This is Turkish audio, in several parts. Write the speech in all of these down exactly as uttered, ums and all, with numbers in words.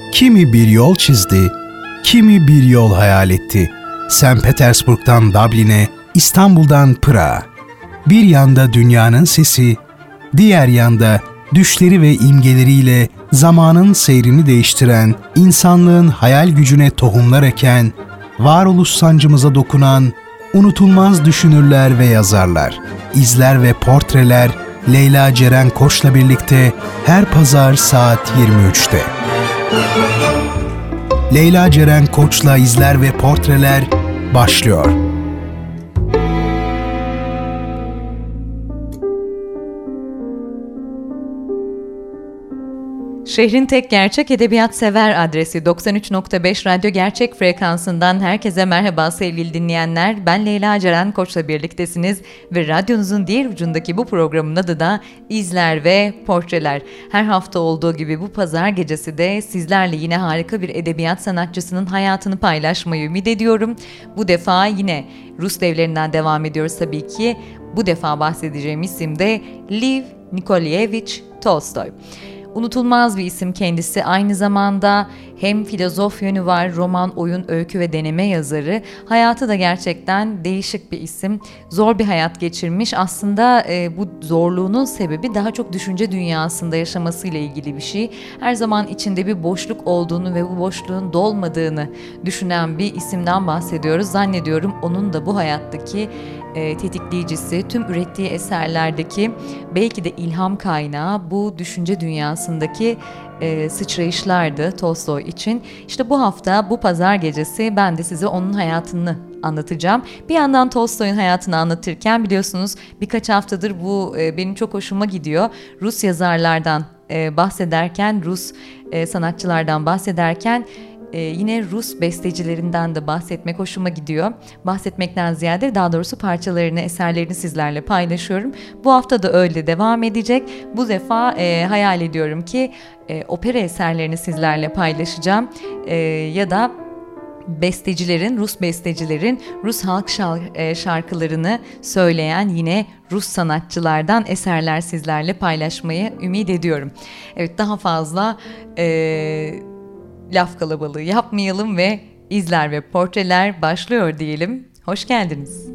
Kimi bir yol çizdi, kimi bir yol hayal etti. Sankt Petersburg'dan Dublin'e, İstanbul'dan Pırağa. Bir yanda dünyanın sesi, diğer yanda düşleri ve imgeleriyle zamanın seyrini değiştiren, insanlığın hayal gücüne tohumlar eken, varoluş sancımıza dokunan, unutulmaz düşünürler ve yazarlar, izler ve portreler Leyla Ceren Koç'la birlikte her pazar saat yirmi üçte. Leyla Ceren Koç'la izler ve portreler başlıyor. Şehrin tek gerçek edebiyat sever adresi doksan üç nokta beş Radyo Gerçek frekansından herkese merhaba sevgili dinleyenler. Ben Leyla Ceren Koç'la birliktesiniz ve radyonuzun diğer ucundaki bu programın adı da İzler ve Portreler. Her hafta olduğu gibi bu pazar gecesi de sizlerle yine harika bir edebiyat sanatçısının hayatını paylaşmayı ümit ediyorum. Bu defa yine Rus devlerinden devam ediyoruz tabii ki. Bu defa bahsedeceğim isim de Lev Nikolayevich Tolstoy. Unutulmaz bir isim kendisi. Aynı zamanda hem filozof yönü var, roman, oyun, öykü ve deneme yazarı. Hayatı da gerçekten değişik bir isim. Zor bir hayat geçirmiş. Aslında e, bu zorluğunun sebebi daha çok düşünce dünyasında yaşamasıyla ilgili bir şey. Her zaman içinde bir boşluk olduğunu ve bu boşluğun dolmadığını düşünen bir isimden bahsediyoruz. Zannediyorum onun da bu hayattaki e, tetikleyicisi, tüm ürettiği eserlerdeki belki de ilham kaynağı bu düşünce dünyasındaki e, sıçrayışlardı Tolstoy için. İşte bu hafta, bu pazar gecesi ben de size onun hayatını anlatacağım. Bir yandan Tolstoy'un hayatını anlatırken biliyorsunuz birkaç haftadır bu e, benim çok hoşuma gidiyor. Rus yazarlardan e, bahsederken, Rus e, sanatçılardan bahsederken Ee, yine Rus bestecilerinden de bahsetmek hoşuma gidiyor. Bahsetmekten ziyade daha doğrusu parçalarını, eserlerini sizlerle paylaşıyorum. Bu hafta da öyle devam edecek. Bu defa e, hayal ediyorum ki e, opera eserlerini sizlerle paylaşacağım. E, ya da bestecilerin, Rus bestecilerin Rus halk şarkılarını söyleyen yine Rus sanatçılardan eserler sizlerle paylaşmayı ümit ediyorum. Evet, daha fazla E, laf kalabalığı yapmayalım ve izler ve portreler başlıyor diyelim. Hoş geldiniz.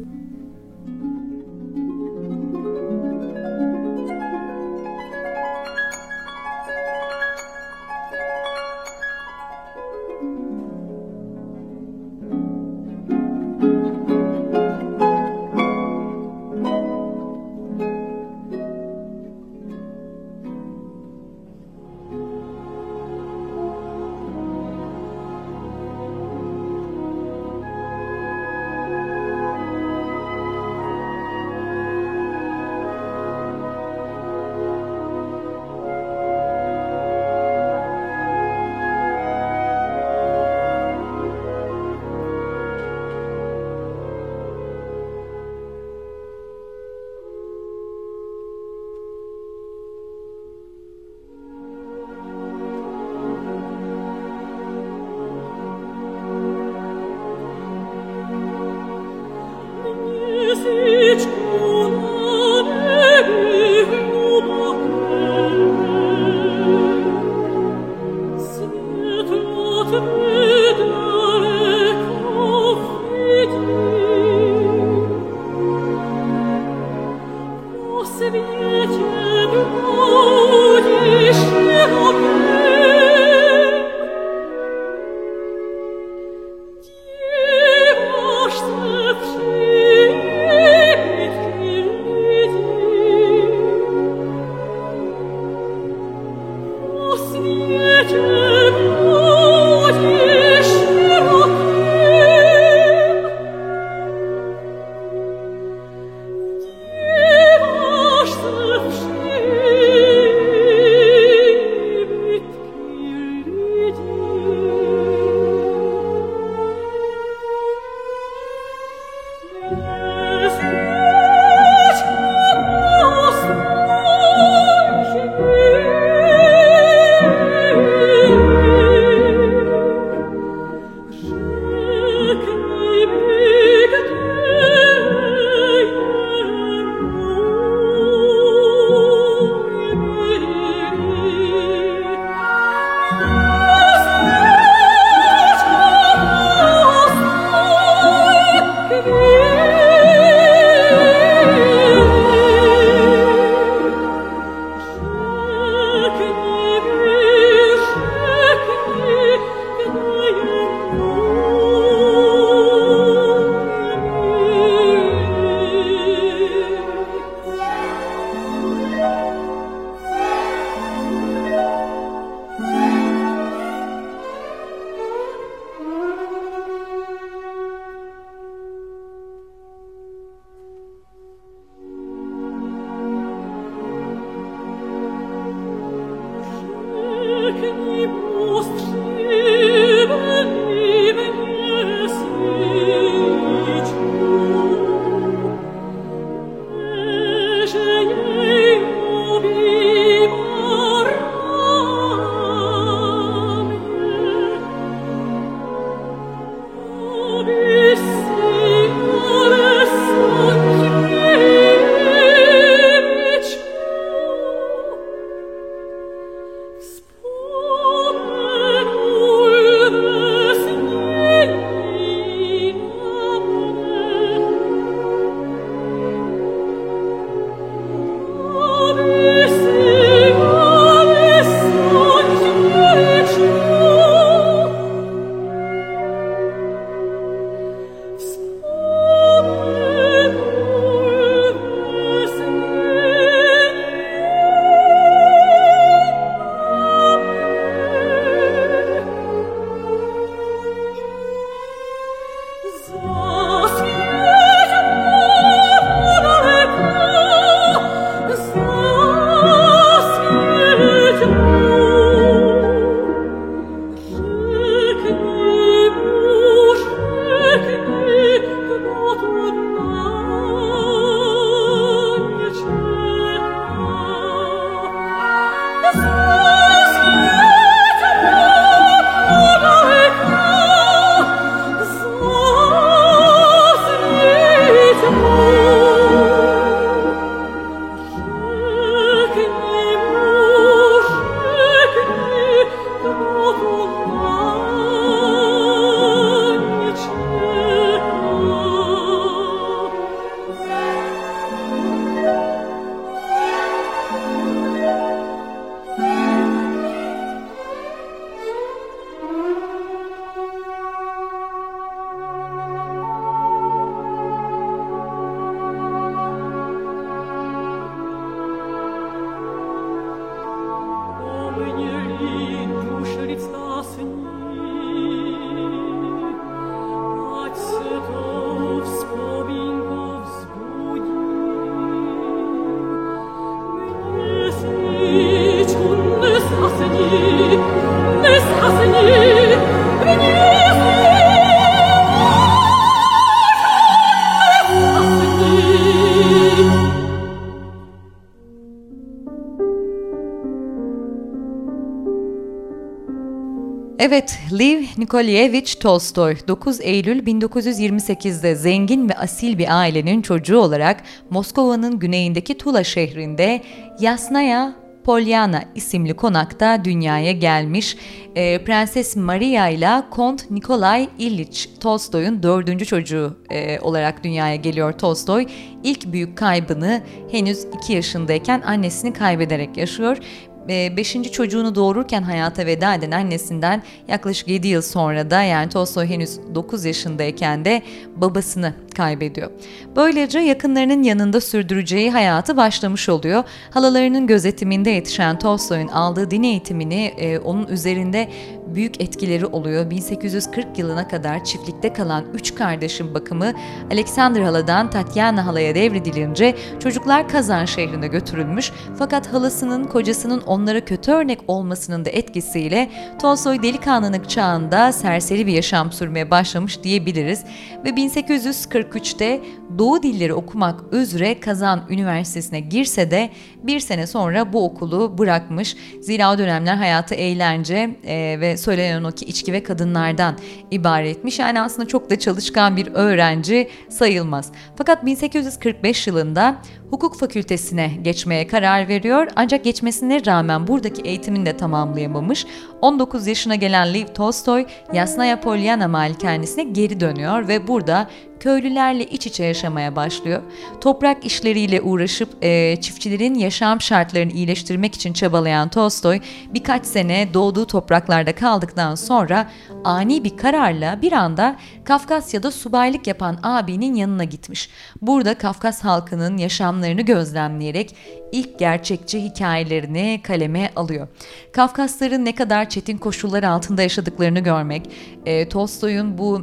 Evet, Lev Nikolayevich Tolstoy dokuz Eylül bin dokuz yüz yirmi sekizde zengin ve asil bir ailenin çocuğu olarak Moskova'nın güneyindeki Tula şehrinde Yasnaya Polyana isimli konakta dünyaya gelmiş. E, Prenses Maria ile Kont Nikolay İliç Tolstoy'un dördüncü çocuğu e, olarak dünyaya geliyor Tolstoy. İlk büyük kaybını henüz iki yaşındayken annesini kaybederek yaşıyor. Beşinci çocuğunu doğururken hayata veda eden annesinden yaklaşık yedi yıl sonra da, yani Tolstoy henüz dokuz yaşındayken de babasını kaybediyor. Böylece yakınlarının yanında sürdüreceği hayatı başlamış oluyor. Halalarının gözetiminde yetişen Tolstoy'un aldığı din eğitimini e, onun üzerinde büyük etkileri oluyor. bin sekiz yüz kırk yılına kadar çiftlikte kalan üç kardeşin bakımı Alexander haladan Tatyana halaya devredilince çocuklar Kazan şehrine götürülmüş. Fakat halasının kocasının onlara kötü örnek olmasının da etkisiyle Tolstoy delikanlılık çağında serseri bir yaşam sürmeye başlamış diyebiliriz. Ve bin sekiz yüz kırk üçte Doğu dilleri okumak üzere Kazan Üniversitesi'ne girse de bir sene sonra bu okulu bırakmış. Zira o dönemler hayatı eğlence e, ve söylenen o ki içki ve kadınlardan ibaretmiş. Yani aslında çok da çalışkan bir öğrenci sayılmaz. Fakat bin sekiz yüz kırk beş yılında hukuk fakültesine geçmeye karar veriyor. Ancak geçmesine rağmen buradaki eğitimini de tamamlayamamış. on dokuz yaşına gelen Lev Tolstoy, Yasnaya Polyana malikanesine geri dönüyor ve burada köylülerle iç içe yaşamaya başlıyor. Toprak işleriyle uğraşıp e, çiftçilerin yaşam şartlarını iyileştirmek için çabalayan Tolstoy, birkaç sene doğduğu topraklarda kaldıktan sonra ani bir kararla bir anda Kafkasya'da subaylık yapan abinin yanına gitmiş. Burada Kafkas halkının yaşamlarını gözlemleyerek ilk gerçekçi hikayelerini kaleme alıyor. Kafkasların ne kadar çetin koşullar altında yaşadıklarını görmek, e, Tolstoy'un bu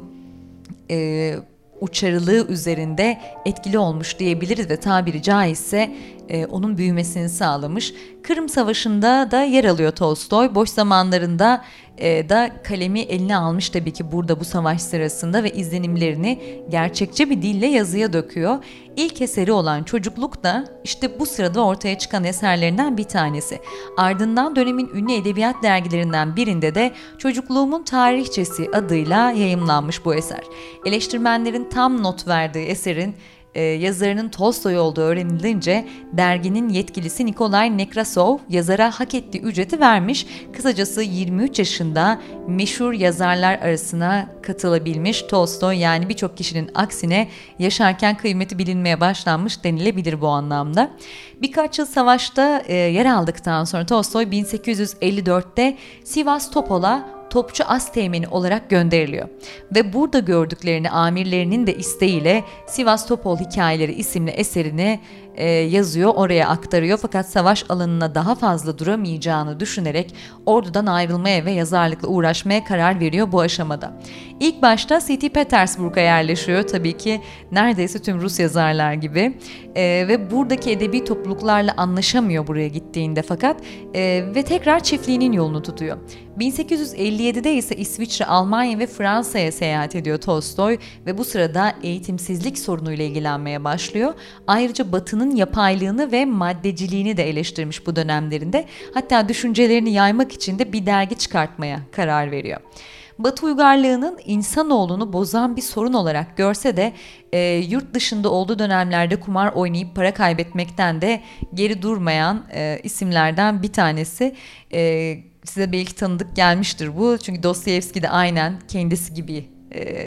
e, uçarılığı üzerinde etkili olmuş diyebiliriz ve tabiri caizse e, onun büyümesini sağlamış. Kırım Savaşı'nda da yer alıyor Tolstoy. Boş zamanlarında e, da kalemi eline almış tabii ki burada bu savaş sırasında ve izlenimlerini gerçekçi bir dille yazıya döküyor. İlk eseri olan Çocukluk da işte bu sırada ortaya çıkan eserlerinden bir tanesi. Ardından dönemin ünlü edebiyat dergilerinden birinde de Çocukluğumun Tarihçesi adıyla yayımlanmış bu eser. Eleştirmenlerin tam not verdiği eserin Ee, yazarının Tolstoy olduğu öğrenilince derginin yetkilisi Nikolay Nekrasov yazara hak ettiği ücreti vermiş. Kısacası yirmi üç yaşında meşhur yazarlar arasına katılabilmiş Tolstoy, yani birçok kişinin aksine yaşarken kıymeti bilinmeye başlanmış denilebilir bu anlamda. Birkaç yıl savaşta e, yer aldıktan sonra Tolstoy bin sekiz yüz elli dörtte Sivastopol'a topçu asteğmeni olarak gönderiliyor. Ve burada gördüklerini amirlerinin de isteğiyle Sivastopol Hikayeleri isimli eserini e, yazıyor, oraya aktarıyor. Fakat savaş alanına daha fazla duramayacağını düşünerek ordudan ayrılmaya ve yazarlıkla uğraşmaya karar veriyor bu aşamada. İlk başta Sankt Petersburg'a yerleşiyor, tabii ki neredeyse tüm Rus yazarlar gibi. E, ve buradaki edebi topluluklarla anlaşamıyor buraya gittiğinde fakat e, ve tekrar çiftliğinin yolunu tutuyor. bin sekiz yüz elli yedide ise İsviçre, Almanya ve Fransa'ya seyahat ediyor Tolstoy ve bu sırada eğitimsizlik sorunuyla ilgilenmeye başlıyor. Ayrıca Batı'nın yapaylığını ve maddeciliğini de eleştirmiş bu dönemlerinde. Hatta düşüncelerini yaymak için de bir dergi çıkartmaya karar veriyor. Batı uygarlığının insanoğlunu bozan bir sorun olarak görse de e, yurt dışında olduğu dönemlerde kumar oynayıp para kaybetmekten de geri durmayan e, isimlerden bir tanesi. E, size belki tanıdık gelmiştir bu, çünkü Dostoyevski de aynen kendisi gibi e,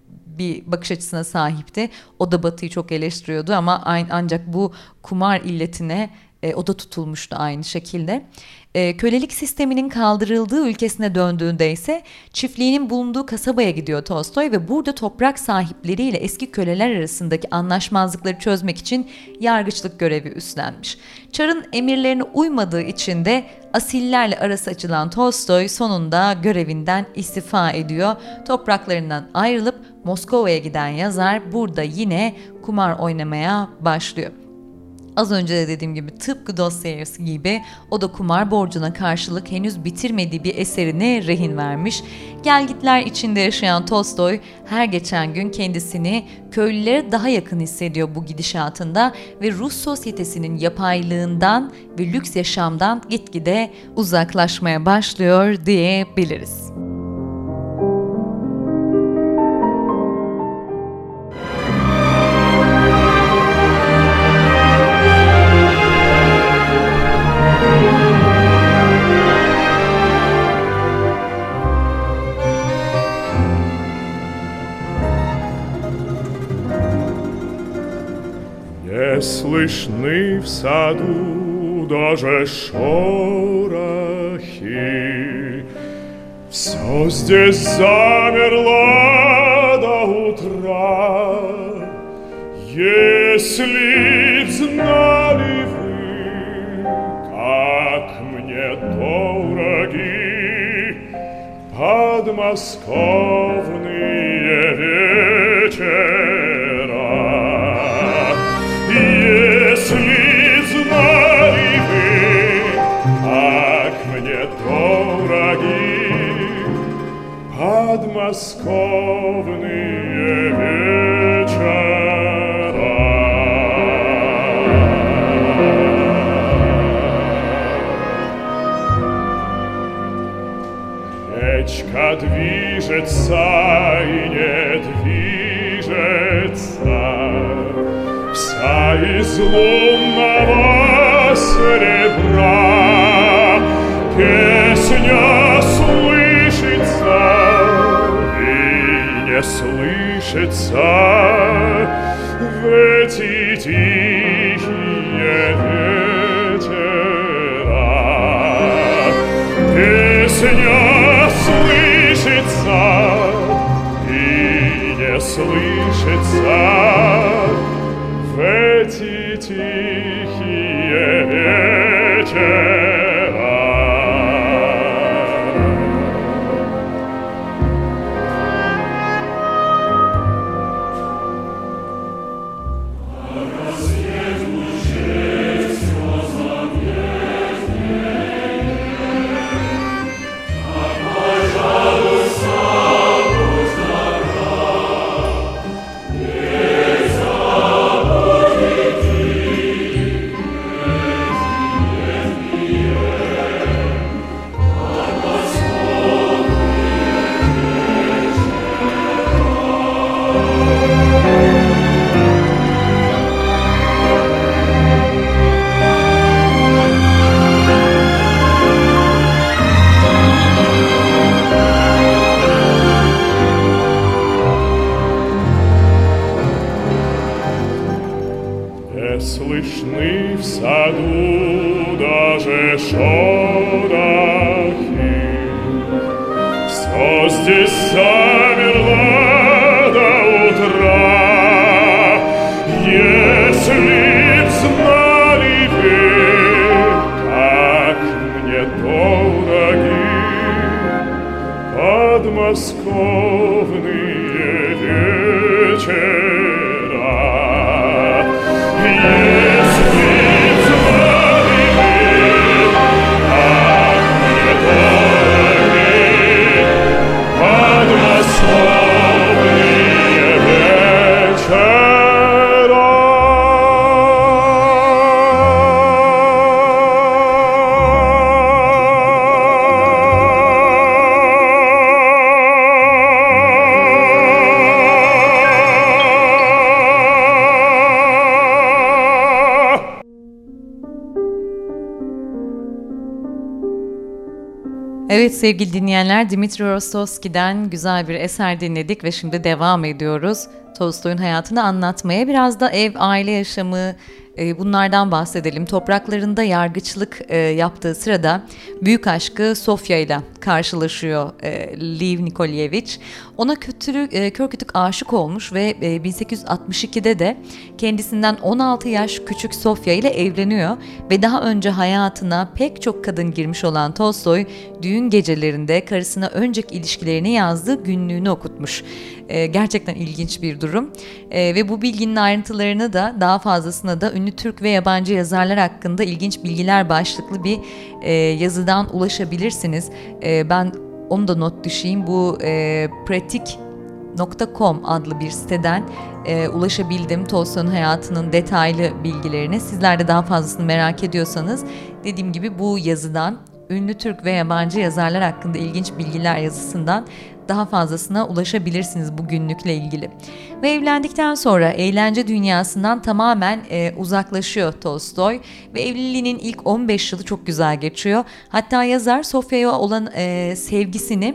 bir bakış açısına sahipti. O da Batı'yı çok eleştiriyordu ama ancak bu kumar illetine e, o da tutulmuştu aynı şekilde. E, kölelik sisteminin kaldırıldığı ülkesine döndüğünde ise çiftliğinin bulunduğu kasabaya gidiyor Tolstoy ve burada toprak sahipleriyle eski köleler arasındaki anlaşmazlıkları çözmek için yargıçlık görevi üstlenmiş. Çarın emirlerine uymadığı için de asillerle arası açılan Tolstoy sonunda görevinden istifa ediyor. Topraklarından ayrılıp Moskova'ya giden yazar burada yine kumar oynamaya başlıyor. Az önce de dediğim gibi tıpkı Dostoyevski gibi o da kumar borcuna karşılık henüz bitirmediği bir eserini rehin vermiş. Gelgitler içinde yaşayan Tolstoy her geçen gün kendisini köylülere daha yakın hissediyor bu gidişatında ve Rus sosyetesinin yapaylığından ve lüks yaşamdan gitgide uzaklaşmaya başlıyor diyebiliriz. Не слышны в саду даже шорохи, все здесь замерло до утра. Если б знали вы, как мне дороги подмосковные вечера, если знали вы, как мне дороги подмосковные вечера. Речка движется и не движется, вся из лунного серебра. Песня слышится и не слышится в эти тихие вечера. Песня слышится и не слышится в эти тихие вечера. Рассвет лучей что здесь замерла до утра. Если б знали вы, как мне дороги подмосковные вечера. Если б знали вы, как мне дороги подмосковные вечера. Evet sevgili dinleyenler, Dmitri Rostovski'den güzel bir eser dinledik ve şimdi devam ediyoruz. Tolstoy'un hayatını anlatmaya, biraz da ev, aile yaşamı, e, bunlardan bahsedelim. Topraklarında yargıçlık e, yaptığı sırada büyük aşkı Sofya ile karşılaşıyor e, Lev Nikolayevich. Ona kötü, e, kör kütük aşık olmuş ve e, bin sekiz yüz altmış ikide de kendisinden on altı yaş küçük Sofya ile evleniyor ve daha önce hayatına pek çok kadın girmiş olan Tolstoy, düğün gecelerinde karısına önceki ilişkilerini yazdığı günlüğünü okutmuş. E, gerçekten ilginç bir durum e, ve bu bilginin ayrıntılarını da, daha fazlasına da ünlü Türk ve yabancı yazarlar hakkında ilginç bilgiler başlıklı bir e, yazıdan ulaşabilirsiniz. E, ben onu da not düşeyim. Bu e, pratik nokta com adlı bir siteden e, ulaşabildim Tolstoy'un hayatının detaylı bilgilerine. Sizler de daha fazlasını merak ediyorsanız, dediğim gibi bu yazıdan, ünlü Türk ve yabancı yazarlar hakkında ilginç bilgiler yazısından daha fazlasına ulaşabilirsiniz bu günlükle ilgili. Ve evlendikten sonra eğlence dünyasından tamamen e, uzaklaşıyor Tolstoy ve evliliğinin ilk on beş yılı çok güzel geçiyor. Hatta yazar Sofya'ya olan e, sevgisini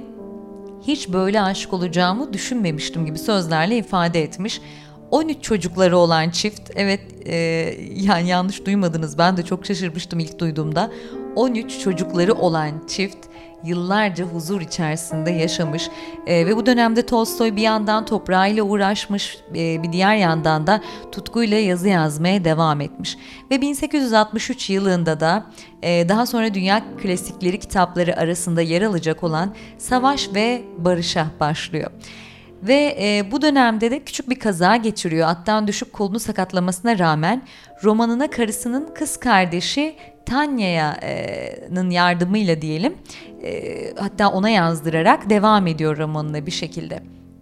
hiç böyle aşık olacağımı düşünmemiştim gibi sözlerle ifade etmiş. on üç çocukları olan çift, evet e, yani yanlış duymadınız, ben de çok şaşırmıştım ilk duyduğumda. on üç çocukları olan çift yıllarca huzur içerisinde yaşamış e, ve bu dönemde Tolstoy bir yandan toprağıyla uğraşmış, e, bir diğer yandan da tutkuyla yazı yazmaya devam etmiş. Ve bin sekiz yüz altmış üç yılında da e, daha sonra dünya klasikleri kitapları arasında yer alacak olan Savaş ve Barış'a başlıyor. Ve e, bu dönemde de küçük bir kaza geçiriyor. Attan düşüp kolunu sakatlamasına rağmen romanına karısının kız kardeşi Tanya'nın yardımıyla diyelim, e, hatta ona yazdırarak devam ediyor romanına bir şekilde.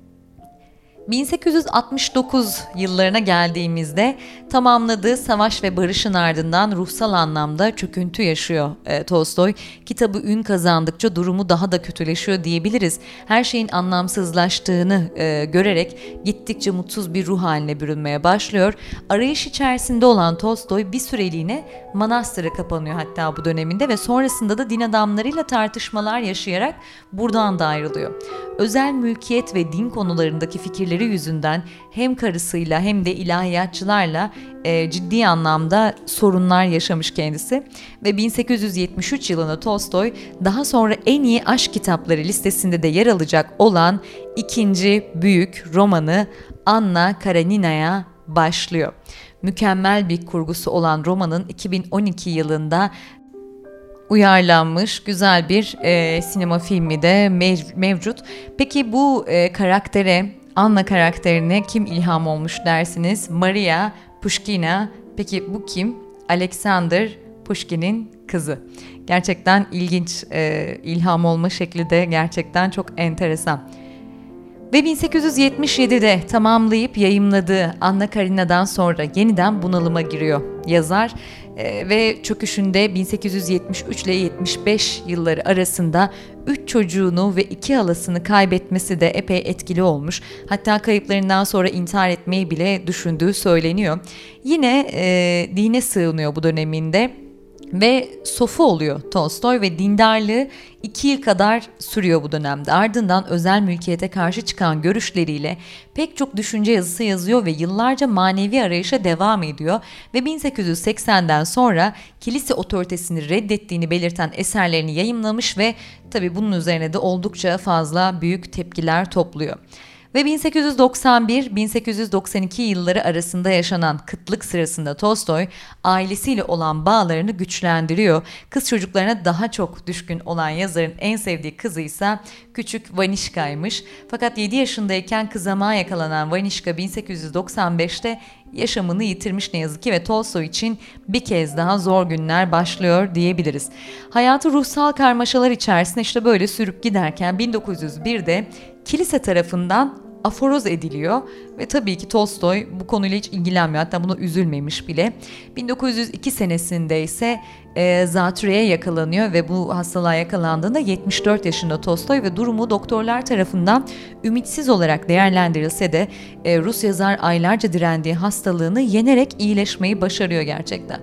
bin sekiz yüz altmış dokuz yıllarına geldiğimizde tamamladığı Savaş ve Barış'ın ardından ruhsal anlamda çöküntü yaşıyor e, Tolstoy. Kitabı ün kazandıkça durumu daha da kötüleşiyor diyebiliriz. Her şeyin anlamsızlaştığını e, görerek gittikçe mutsuz bir ruh haline bürünmeye başlıyor. Arayış içerisinde olan Tolstoy bir süreliğine manastıra kapanıyor hatta bu döneminde ve sonrasında da din adamlarıyla tartışmalar yaşayarak buradan da ayrılıyor. Özel mülkiyet ve din konularındaki fikirleri yüzünden hem karısıyla hem de ilahiyatçılarla e, ciddi anlamda sorunlar yaşamış kendisi ve bin sekiz yüz yetmiş üç yılında Tolstoy daha sonra en iyi aşk kitapları listesinde de yer alacak olan ikinci büyük romanı Anna Karenina'ya başlıyor. Mükemmel bir kurgusu olan romanın iki bin on iki yılında uyarlanmış güzel bir e, sinema filmi de mev- mevcut. Peki bu e, karaktere, Anna karakterine kim ilham olmuş dersiniz? Maria Pushkina. Peki bu kim? Alexander Pushkin'in kızı. Gerçekten ilginç, e, ilham olma şekli de gerçekten çok enteresan. Ve bin sekiz yüz yetmiş yedide tamamlayıp yayımladığı Anna Karenina'dan sonra yeniden bunalıma giriyor yazar ee, ve çöküşünde bin sekiz yüz yetmiş üç ile yetmiş beş yılları arasında üç çocuğunu ve iki halasını kaybetmesi de epey etkili olmuş. Hatta kayıplarından sonra intihar etmeyi bile düşündüğü söyleniyor. Yine e, dine sığınıyor bu döneminde. Ve sofu oluyor Tolstoy ve dindarlığı iki yıl kadar sürüyor bu dönemde. Ardından özel mülkiyete karşı çıkan görüşleriyle pek çok düşünce yazısı yazıyor ve yıllarca manevi arayışa devam ediyor. Ve bin sekiz yüz seksenden sonra kilise otoritesini reddettiğini belirten eserlerini yayımlamış ve tabii bunun üzerine de oldukça fazla büyük tepkiler topluyor. Ve bin sekiz yüz doksan bir bin sekiz yüz doksan iki yılları arasında yaşanan kıtlık sırasında Tolstoy ailesiyle olan bağlarını güçlendiriyor. Kız çocuklarına daha çok düşkün olan yazarın en sevdiği kızı ise küçük Vanişka'ymış. Fakat yedi yaşındayken kızamığa yakalanan Vanişka bin sekiz yüz doksan beşte yaşamını yitirmiş ne yazık ki ve Tolstoy için bir kez daha zor günler başlıyor diyebiliriz. Hayatı ruhsal karmaşalar içerisinde işte böyle sürüp giderken bin dokuz yüz birde kilise tarafından aforoz ediliyor ve tabii ki Tolstoy bu konuyla hiç ilgilenmiyor, hatta buna üzülmemiş bile. bin dokuz yüz iki senesinde ise e, zatürreye yakalanıyor ve bu hastalığa yakalandığında yetmiş dört yaşında Tolstoy ve durumu doktorlar tarafından ümitsiz olarak değerlendirilse de e, Rus yazar aylarca direndiği hastalığını yenerek iyileşmeyi başarıyor gerçekten.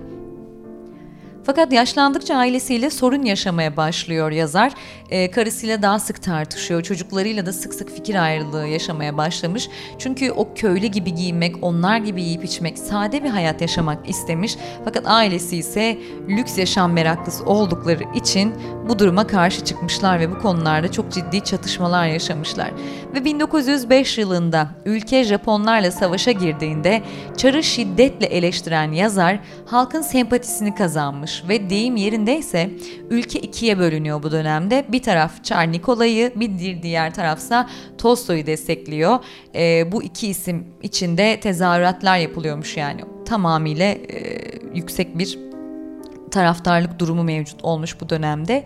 Fakat yaşlandıkça ailesiyle sorun yaşamaya başlıyor yazar. Ee, karısıyla daha sık tartışıyor. Çocuklarıyla da sık sık fikir ayrılığı yaşamaya başlamış. Çünkü o köylü gibi giyinmek, onlar gibi yiyip içmek, sade bir hayat yaşamak istemiş. Fakat ailesi ise lüks yaşam meraklısı oldukları için bu duruma karşı çıkmışlar ve bu konularda çok ciddi çatışmalar yaşamışlar. Ve bin dokuz yüz beş yılında ülke Japonlarla savaşa girdiğinde Çar'ı şiddetle eleştiren yazar halkın sempatisini kazanmış ve deyim yerindeyse ülke ikiye bölünüyor bu dönemde. Bir taraf Çar Nikolay'ı, bir diğer tarafsa Tolstoy'u destekliyor. E, bu iki isim içinde tezahüratlar yapılıyormuş yani. Tamamıyla e, yüksek bir taraftarlık durumu mevcut olmuş bu dönemde.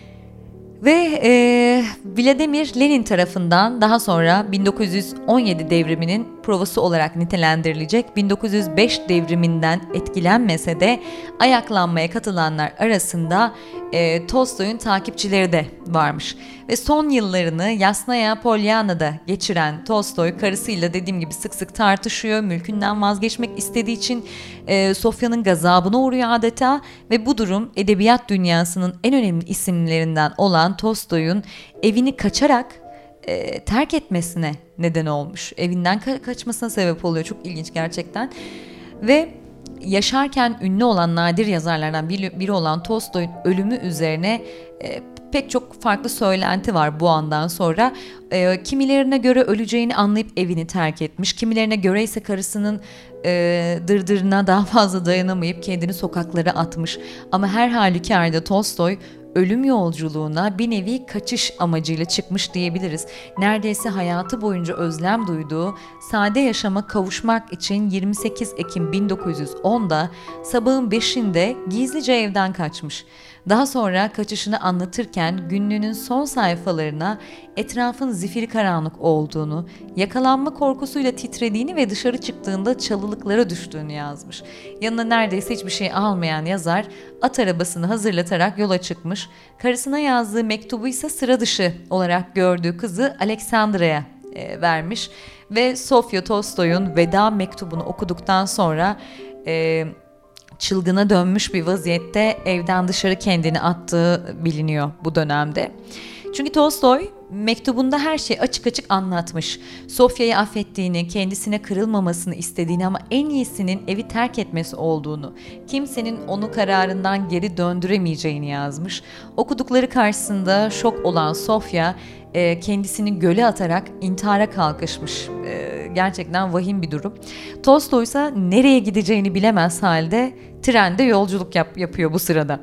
Ve e, Vladimir Lenin tarafından daha sonra bin dokuz yüz on yedi devriminin provası olarak nitelendirilecek bin dokuz yüz beş devriminden etkilenmese de ayaklanmaya katılanlar arasında e, Tolstoy'un takipçileri de varmış. Ve son yıllarını Yasnaya Polyana'da geçiren Tolstoy karısıyla dediğim gibi sık sık tartışıyor. Mülkünden vazgeçmek istediği için e, Sofya'nın gazabına uğruyor adeta ve bu durum edebiyat dünyasının en önemli isimlerinden olan Tolstoy'un evini kaçarak e, terk etmesine neden olmuş. Evinden ka- kaçmasına sebep oluyor. Çok ilginç gerçekten. Ve yaşarken ünlü olan nadir yazarlardan biri, biri olan Tolstoy'un ölümü üzerine e, pek çok farklı söylenti var bu andan sonra. E, kimilerine göre öleceğini anlayıp evini terk etmiş. Kimilerine göre ise karısının e, dırdırına daha fazla dayanamayıp kendini sokaklara atmış. Ama her halükarda Tolstoy ölüm yolculuğuna bir nevi kaçış amacıyla çıkmış diyebiliriz. Neredeyse hayatı boyunca özlem duyduğu sade yaşama kavuşmak için yirmi sekiz Ekim bin dokuz yüz onda sabahın beşinde gizlice evden kaçmış. Daha sonra kaçışını anlatırken günlüğünün son sayfalarına etrafın zifiri karanlık olduğunu, yakalanma korkusuyla titrediğini ve dışarı çıktığında çalılıklara düştüğünü yazmış. Yanına neredeyse hiçbir şey almayan yazar at arabasını hazırlatarak yola çıkmış. Karısına yazdığı mektubu ise sıra dışı olarak gördüğü kızı Aleksandra'ya e, vermiş ve Sofya Tolstoy'un veda mektubunu okuduktan sonra e, çılgına dönmüş bir vaziyette evden dışarı kendini attığı biliniyor bu dönemde. Çünkü Tolstoy mektubunda her şeyi açık açık anlatmış. Sofya'yı affettiğini, kendisine kırılmamasını istediğini ama en iyisinin evi terk etmesi olduğunu, kimsenin onu kararından geri döndüremeyeceğini yazmış. Okudukları karşısında şok olan Sofya kendisini göle atarak intihara kalkışmış. Gerçekten vahim bir durum. Tolstoy ise nereye gideceğini bilemez halde trende yolculuk yap- yapıyor bu sırada.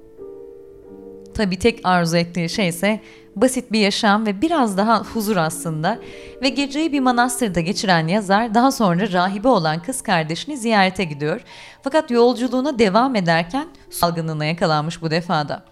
Tabii tek arzu ettiği şey ise basit bir yaşam ve biraz daha huzur aslında. Ve geceyi bir manastırda geçiren yazar daha sonra rahibe olan kız kardeşini ziyarete gidiyor. Fakat yolculuğuna devam ederken salgınlığına yakalanmış bu defada.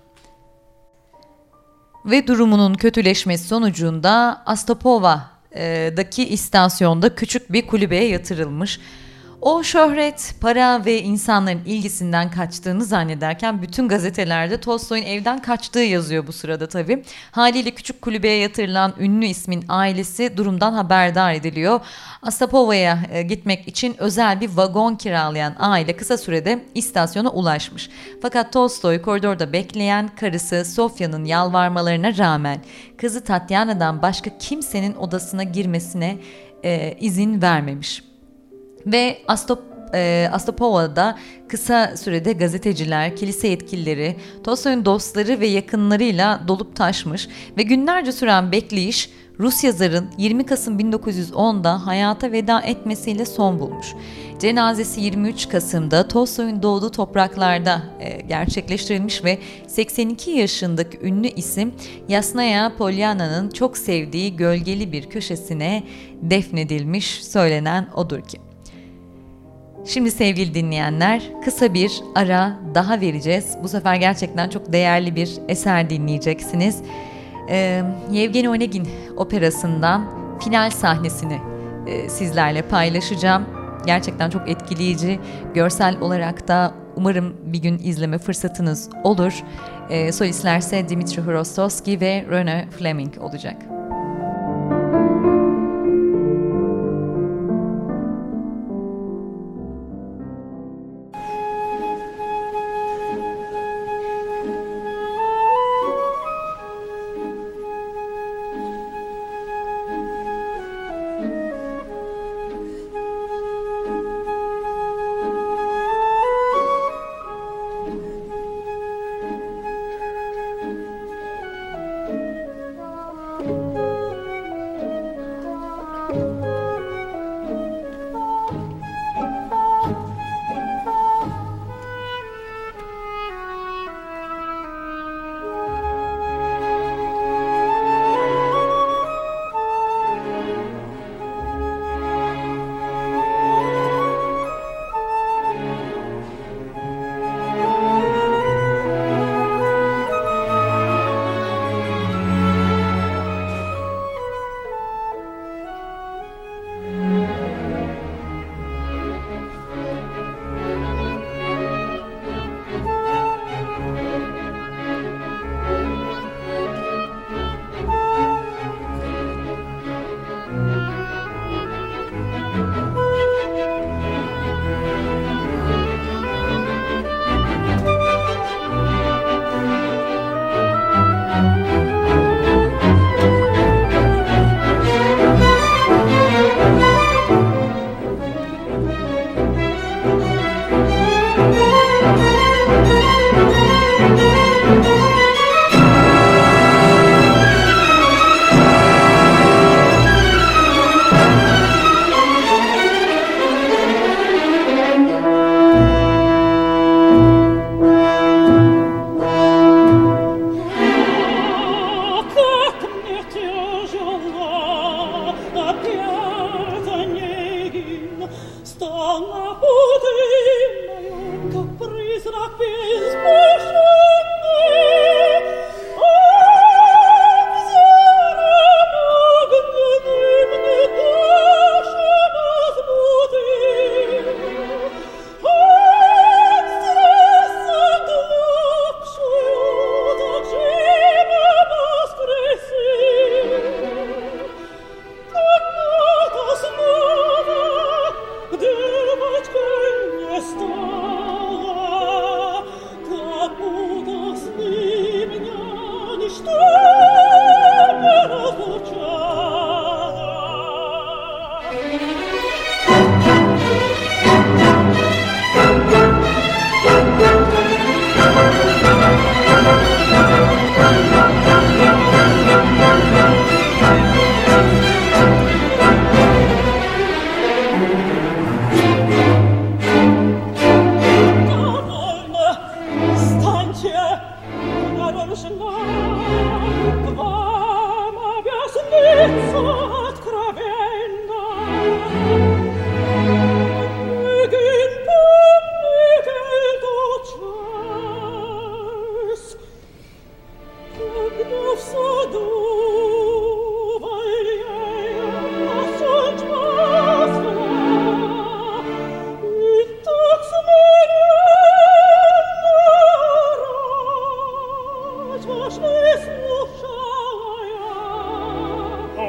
Ve durumunun kötüleşmesi sonucunda Astopova'daki istasyonda küçük bir kulübeye yatırılmış. O şöhret, para ve insanların ilgisinden kaçtığını zannederken bütün gazetelerde Tolstoy'un evden kaçtığı yazıyor bu sırada tabii. Haliyle küçük kulübeye yatırılan ünlü ismin ailesi durumdan haberdar ediliyor. Ostapova'ya e, gitmek için özel bir vagon kiralayan aile kısa sürede istasyona ulaşmış. Fakat Tolstoy koridorda bekleyen karısı Sofya'nın yalvarmalarına rağmen kızı Tatyana'dan başka kimsenin odasına girmesine e, izin vermemiş. Ve Astop, e, Astopova'da kısa sürede gazeteciler, kilise yetkilileri, Tolstoy'un dostları ve yakınlarıyla dolup taşmış ve günlerce süren bekleyiş Rus yazarın yirmi Kasım bin dokuz yüz onda hayata veda etmesiyle son bulmuş. Cenazesi yirmi üç Kasım'da Tolstoy'un doğduğu topraklarda e, gerçekleştirilmiş ve seksen iki yaşındaki ünlü isim Yasnaya Polyana'nın çok sevdiği gölgeli bir köşesine defnedilmiş, söylenen odur ki. Şimdi sevgili dinleyenler, kısa bir ara daha vereceğiz. Bu sefer gerçekten çok değerli bir eser dinleyeceksiniz. Ee, Yevgeni Onegin operasından final sahnesini e, sizlerle paylaşacağım. Gerçekten çok etkileyici, görsel olarak da umarım bir gün izleme fırsatınız olur. E, solistlerse Dimitri Hrostovski ve Rene Fleming olacak.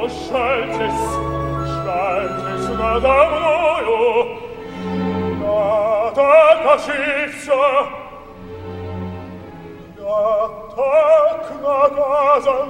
Шальтесь, шальтесь надо мною, я так ошибся, я так наказан.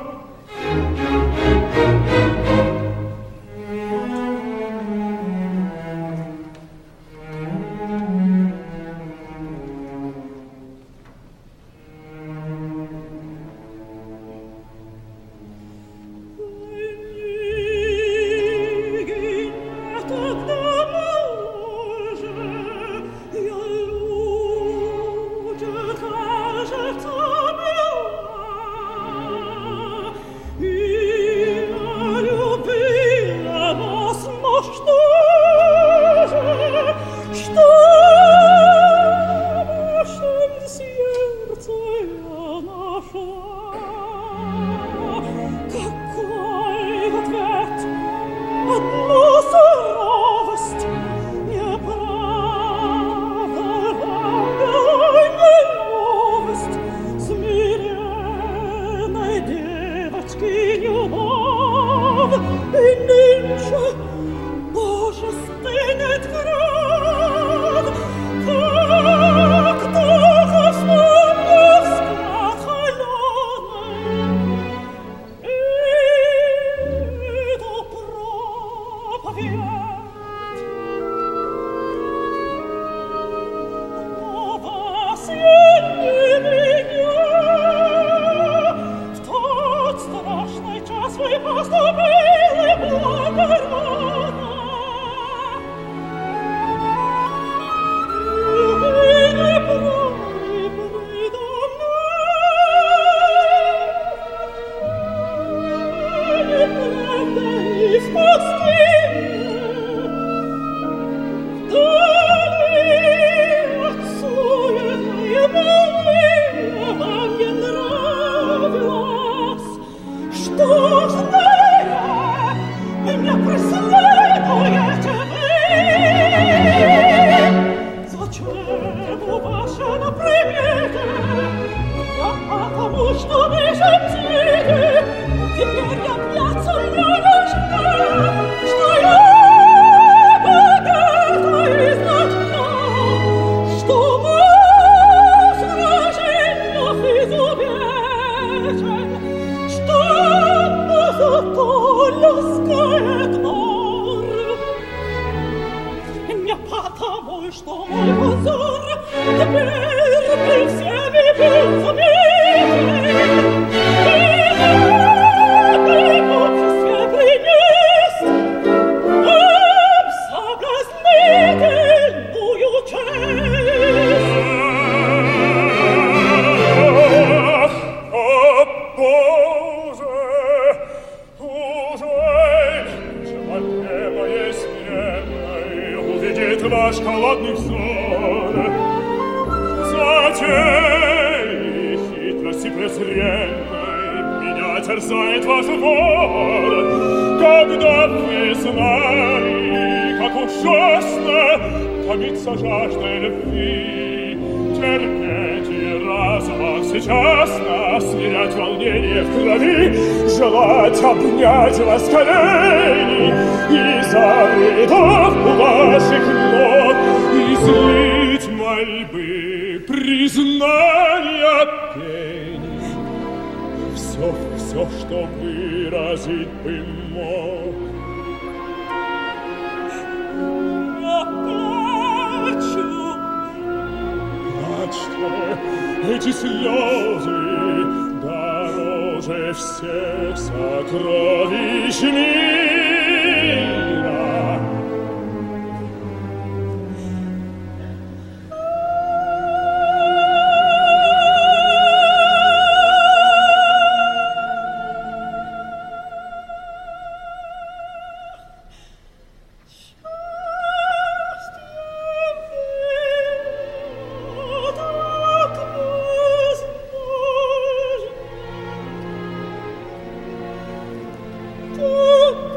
Oh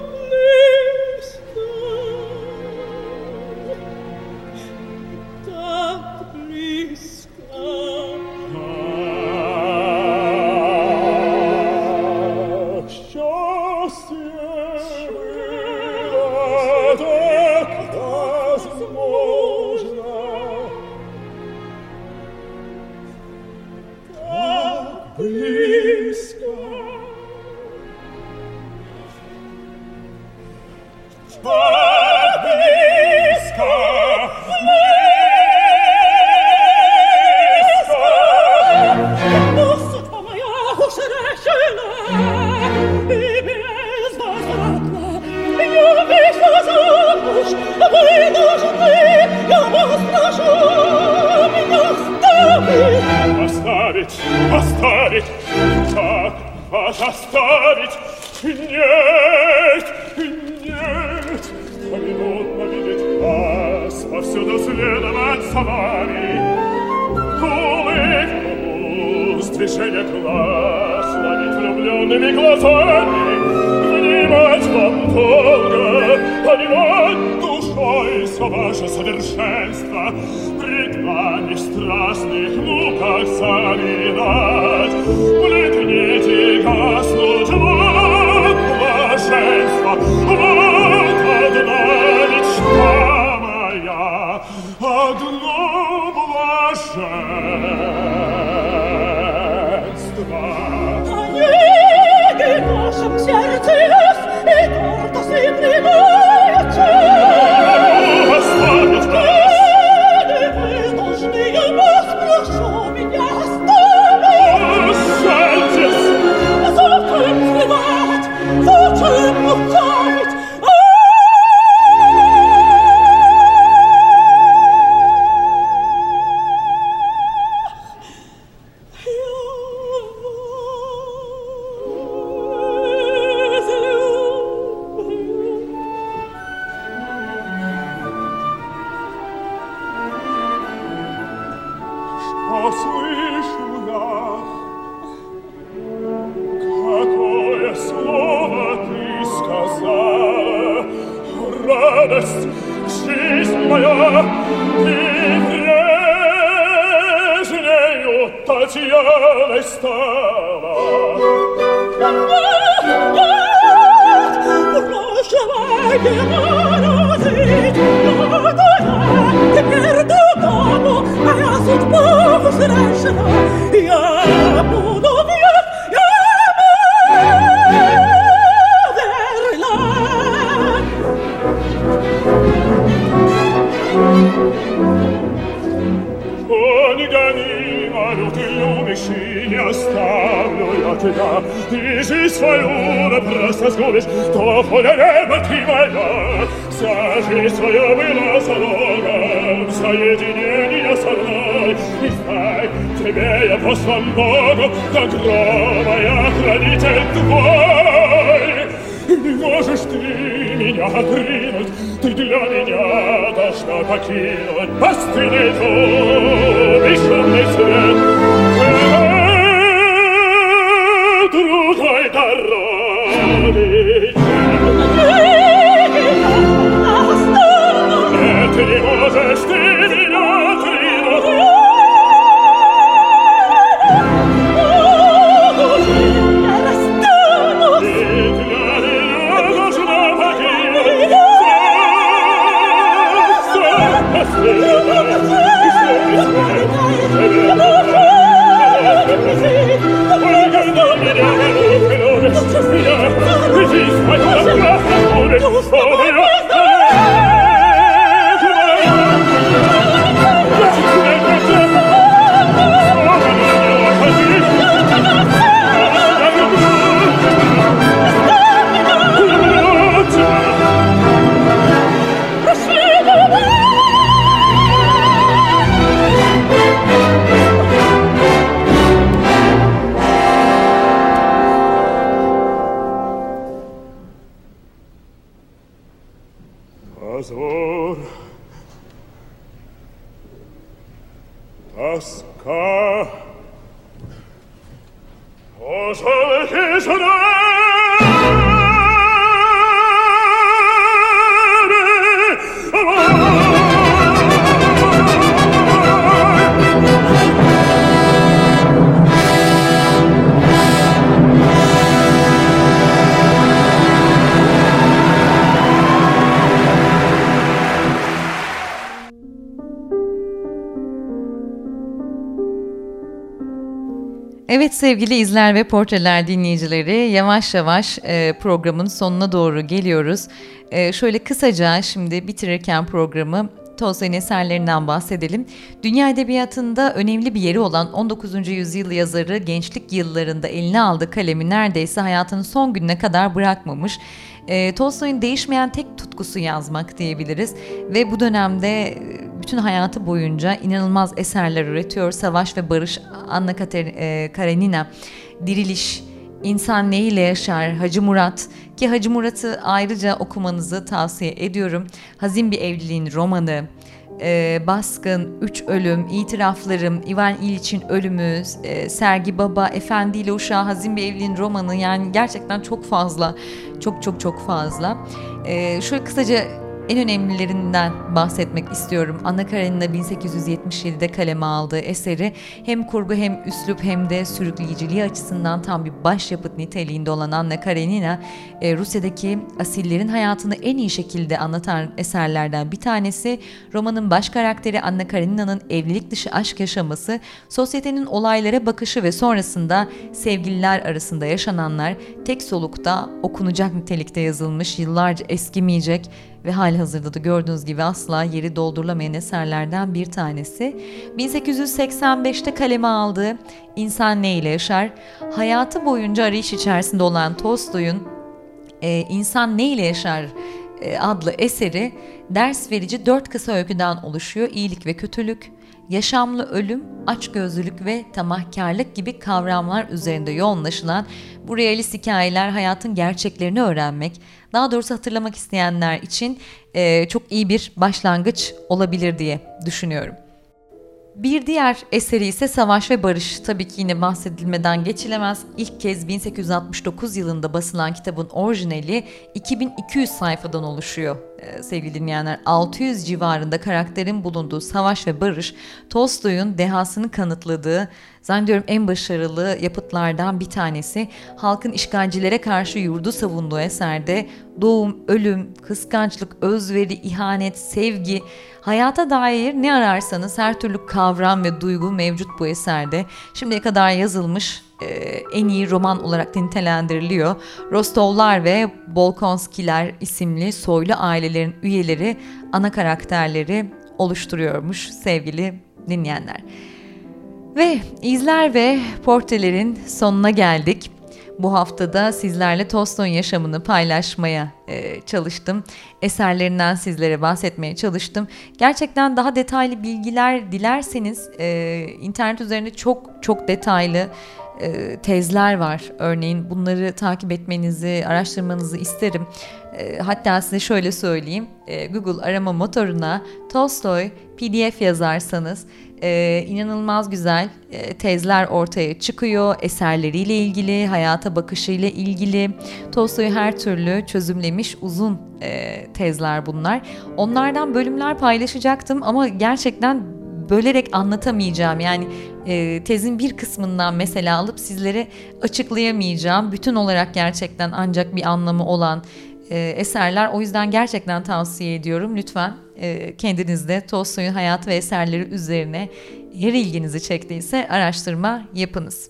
Evet sevgili izler ve portreler dinleyicileri, yavaş yavaş e, programın sonuna doğru geliyoruz. E, şöyle kısaca şimdi bitirirken programı Tolstoy'un eserlerinden bahsedelim. Dünya edebiyatında önemli bir yeri olan on dokuzuncu yüzyıl yazarı gençlik yıllarında eline aldığı kalemi neredeyse hayatının son gününe kadar bırakmamış. E, Tolstoy'un değişmeyen tek tutkusu yazmak diyebiliriz ve bu dönemde bütün hayatı boyunca inanılmaz eserler üretiyor. Savaş ve Barış, Anna Karenina, Diriliş, İnsan Neyle Yaşar, Hacı Murat ki Hacı Murat'ı ayrıca okumanızı tavsiye ediyorum. Hazin Bir Evliliğin Romanı, e, Baskın, Üç Ölüm, İtiraflarım, Ivan İliç'in Ölümü, e, Sergi Baba, Efendi ile Uşağı, Hazin Bir Evliliğin Romanı, yani gerçekten çok fazla, çok çok çok fazla. E, şöyle kısaca en önemlilerinden bahsetmek istiyorum. Anna Karenina bin sekiz yüz yetmiş yedide kaleme aldığı eseri hem kurgu hem üslup hem de sürükleyiciliği açısından tam bir başyapıt niteliğinde olan Anna Karenina, Rusya'daki asillerin hayatını en iyi şekilde anlatan eserlerden bir tanesi. Romanın baş karakteri Anna Karenina'nın evlilik dışı aşk yaşaması, sosyetenin olaylara bakışı ve sonrasında sevgililer arasında yaşananlar tek solukta okunacak nitelikte yazılmış, yıllarca eskimeyecek ve halihazırda da gördüğünüz gibi asla yeri doldurulamayan eserlerden bir tanesi. bin sekiz yüz seksen beşte kaleme aldığı İnsan Neyle Yaşar, hayatı boyunca arayış içerisinde olan Tolstoy'un e, İnsan Neyle Yaşar e, adlı eseri ders verici dört kısa öyküden oluşuyor. İyilik ve kötülük, yaşamlı ölüm, açgözlülük ve tamahkarlık gibi kavramlar üzerinde yoğunlaşılan bu realist hikayeler hayatın gerçeklerini öğrenmek, daha doğrusu hatırlamak isteyenler için e, çok iyi bir başlangıç olabilir diye düşünüyorum. Bir diğer eseri ise Savaş ve Barış. Tabii ki yine bahsedilmeden geçilemez. İlk kez bin sekiz yüz altmış dokuz yılında basılan kitabın orijinali iki bin iki yüz sayfadan oluşuyor. Ee, sevgili dinleyenler, altı yüz civarında karakterin bulunduğu Savaş ve Barış, Tolstoy'un dehasını kanıtladığı, zannediyorum en başarılı yapıtlardan bir tanesi. Halkın işgalcilere karşı yurdu savunduğu eserde doğum, ölüm, kıskançlık, özveri, ihanet, sevgi, hayata dair ne ararsanız her türlü kavram ve duygu mevcut bu eserde. Şimdiye kadar yazılmış e, en iyi roman olarak nitelendiriliyor. Rostovlar ve Bolkonskiler isimli soylu ailelerin üyeleri ana karakterleri oluşturuyormuş sevgili dinleyenler. Ve izler ve portrelerin sonuna geldik. Bu haftada sizlerle Tolstoy'un yaşamını paylaşmaya e, çalıştım. Eserlerinden sizlere bahsetmeye çalıştım. Gerçekten daha detaylı bilgiler dilerseniz e, internet üzerinde çok çok detaylı e, tezler var. Örneğin bunları takip etmenizi, araştırmanızı isterim. E, hatta size şöyle söyleyeyim. E, Google arama motoruna Tolstoy P D F yazarsanız Ee, inanılmaz güzel e, tezler ortaya çıkıyor. Eserleriyle ilgili, hayata bakışıyla ilgili. Tolstoy'u her türlü çözümlemiş uzun e, tezler bunlar. Onlardan bölümler paylaşacaktım ama gerçekten bölerek anlatamayacağım. Yani e, tezin bir kısmından mesela alıp sizlere açıklayamayacağım. Bütün olarak gerçekten ancak bir anlamı olan e, eserler. O yüzden gerçekten tavsiye ediyorum. Lütfen e, kendiniz de Tolstoy'un hayatı ve eserleri üzerine her ilginizi çektiyse araştırma yapınız.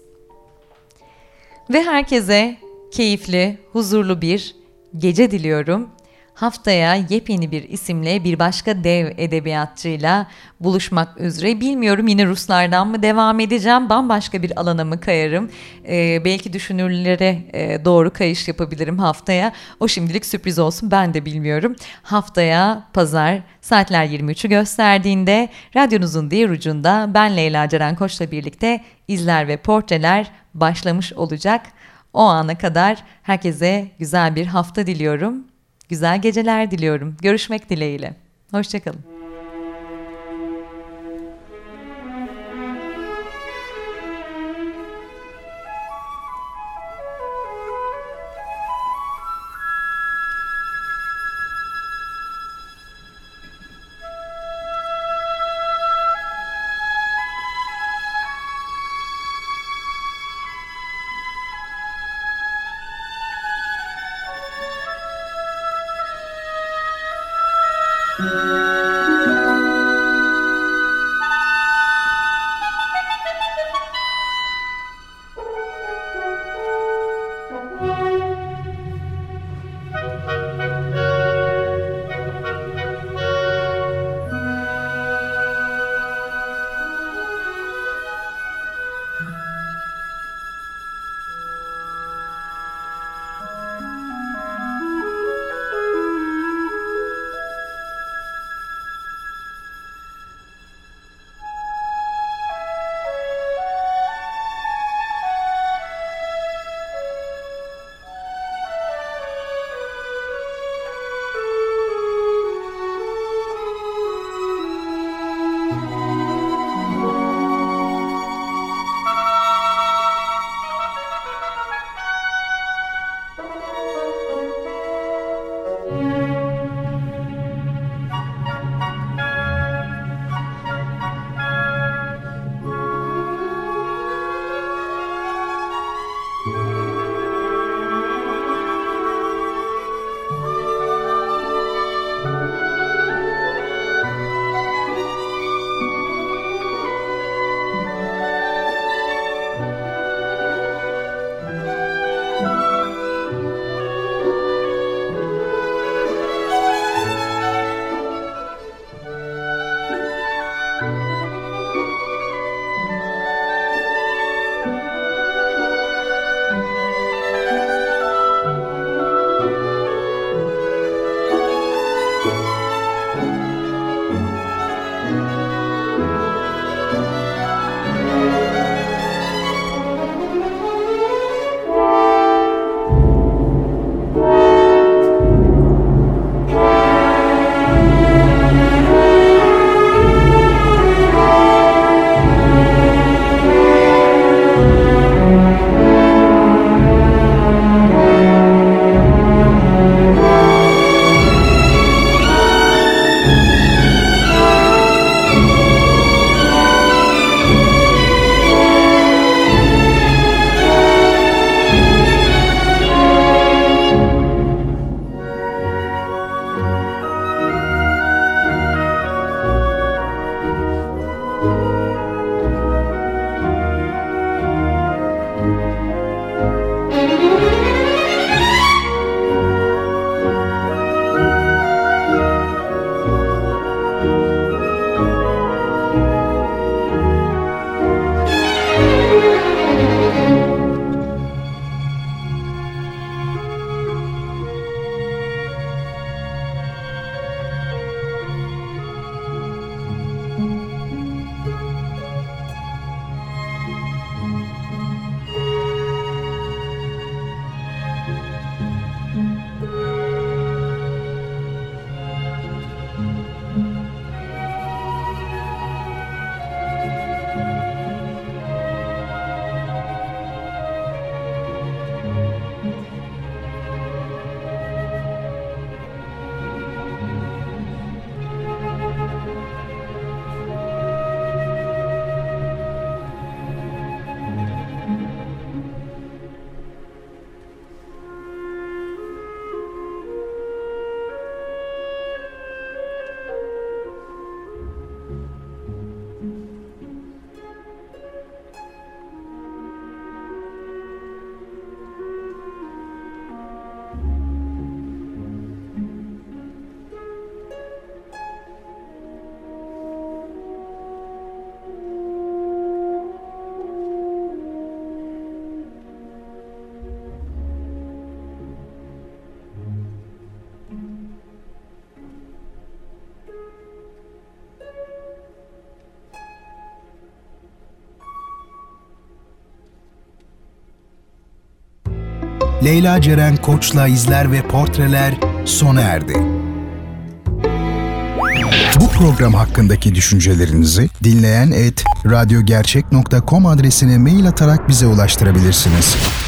Ve herkese keyifli, huzurlu bir gece diliyorum. Haftaya yepyeni bir isimle bir başka dev edebiyatçıyla buluşmak üzere. Bilmiyorum yine Ruslardan mı devam edeceğim, bambaşka bir alana mı kayarım? Ee, belki düşünürlere e, doğru kayış yapabilirim haftaya. O şimdilik sürpriz olsun, ben de bilmiyorum. Haftaya pazar saatler yirmi üçü gösterdiğinde radyonuzun diğer ucunda ben Leyla Ceren Koç'la birlikte izler ve portreler başlamış olacak. O ana kadar herkese güzel bir hafta diliyorum. Güzel geceler diliyorum. Görüşmek dileğiyle. Hoşçakalın. Leyla Ceren Koç'la izler ve portreler sona erdi. Bu program hakkındaki düşüncelerinizi dinleyen et radyogercek nokta com adresine mail atarak bize ulaştırabilirsiniz.